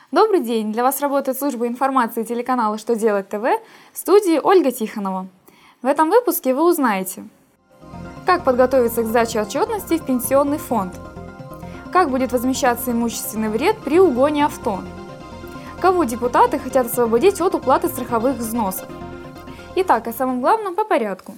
Добрый день! Для вас работает служба информации телеканала «Что делать ТВ», в студии Ольга Тихонова. В этом выпуске вы узнаете, как подготовиться к сдаче отчетности в пенсионный фонд, как будет возмещаться имущественный вред при угоне авто, кого депутаты хотят освободить от уплаты страховых взносов. Итак, о самом главном по порядку.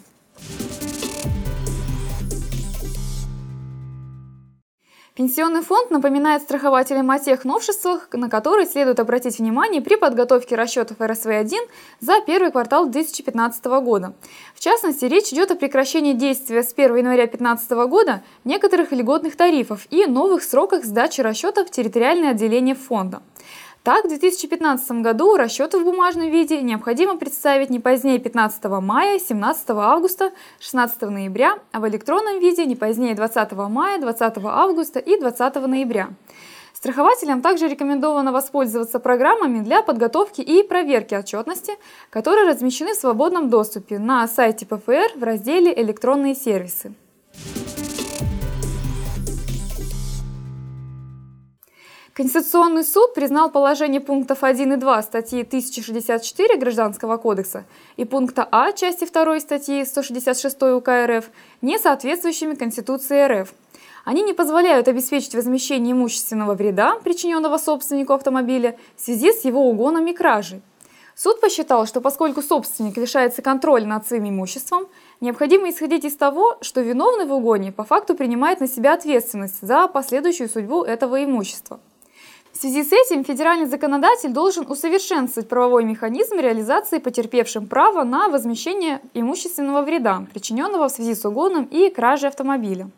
Пенсионный фонд напоминает страхователям о тех новшествах, на которые следует обратить внимание при подготовке расчетов РСВ-1 за первый квартал 2015 года. В частности, речь идет о прекращении действия с 1 января 2015 года некоторых льготных тарифов и новых сроках сдачи расчетов в территориальные отделения фонда. Так, в 2015 году расчеты в бумажном виде необходимо представить не позднее 15 мая, 17 августа, 16 ноября, а в электронном виде не позднее 20 мая, 20 августа и 20 ноября. Страхователям также рекомендовано воспользоваться программами для подготовки и проверки отчетности, которые размещены в свободном доступе на сайте ПФР в разделе «Электронные сервисы». Конституционный суд признал положение пунктов 1 и 2 статьи 1064 Гражданского кодекса и пункта А части 2 статьи 166 УК РФ несоответствующими Конституции РФ. Они не позволяют обеспечить возмещение имущественного вреда, причиненного собственнику автомобиля, в связи с его угоном и кражей. Суд посчитал, что поскольку собственник лишается контроля над своим имуществом, необходимо исходить из того, что виновный в угоне по факту принимает на себя ответственность за последующую судьбу этого имущества. В связи с этим федеральный законодатель должен усовершенствовать правовой механизм реализации потерпевшим права на возмещение имущественного вреда, причиненного в связи с угоном и кражей автомобиля.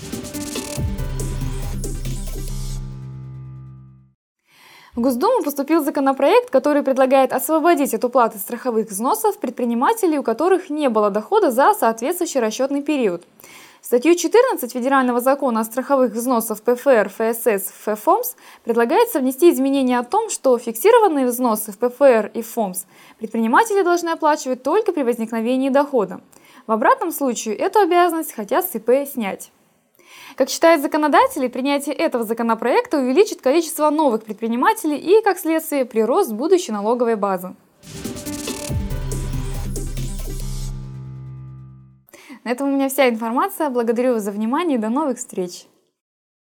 В Госдуму поступил законопроект, который предлагает освободить от уплаты страховых взносов предпринимателей, у которых не было дохода за соответствующий расчетный период. В статью 14 Федерального закона о страховых взносах ПФР, ФСС, ФФОМС предлагается внести изменения о том, что фиксированные взносы в ПФР и ФОМС предприниматели должны оплачивать только при возникновении дохода. В обратном случае эту обязанность хотят с ИП снять. Как считают законодатели, принятие этого законопроекта увеличит количество новых предпринимателей и, как следствие, прирост будущей налоговой базы. На этом у меня вся информация. Благодарю вас за внимание и до новых встреч!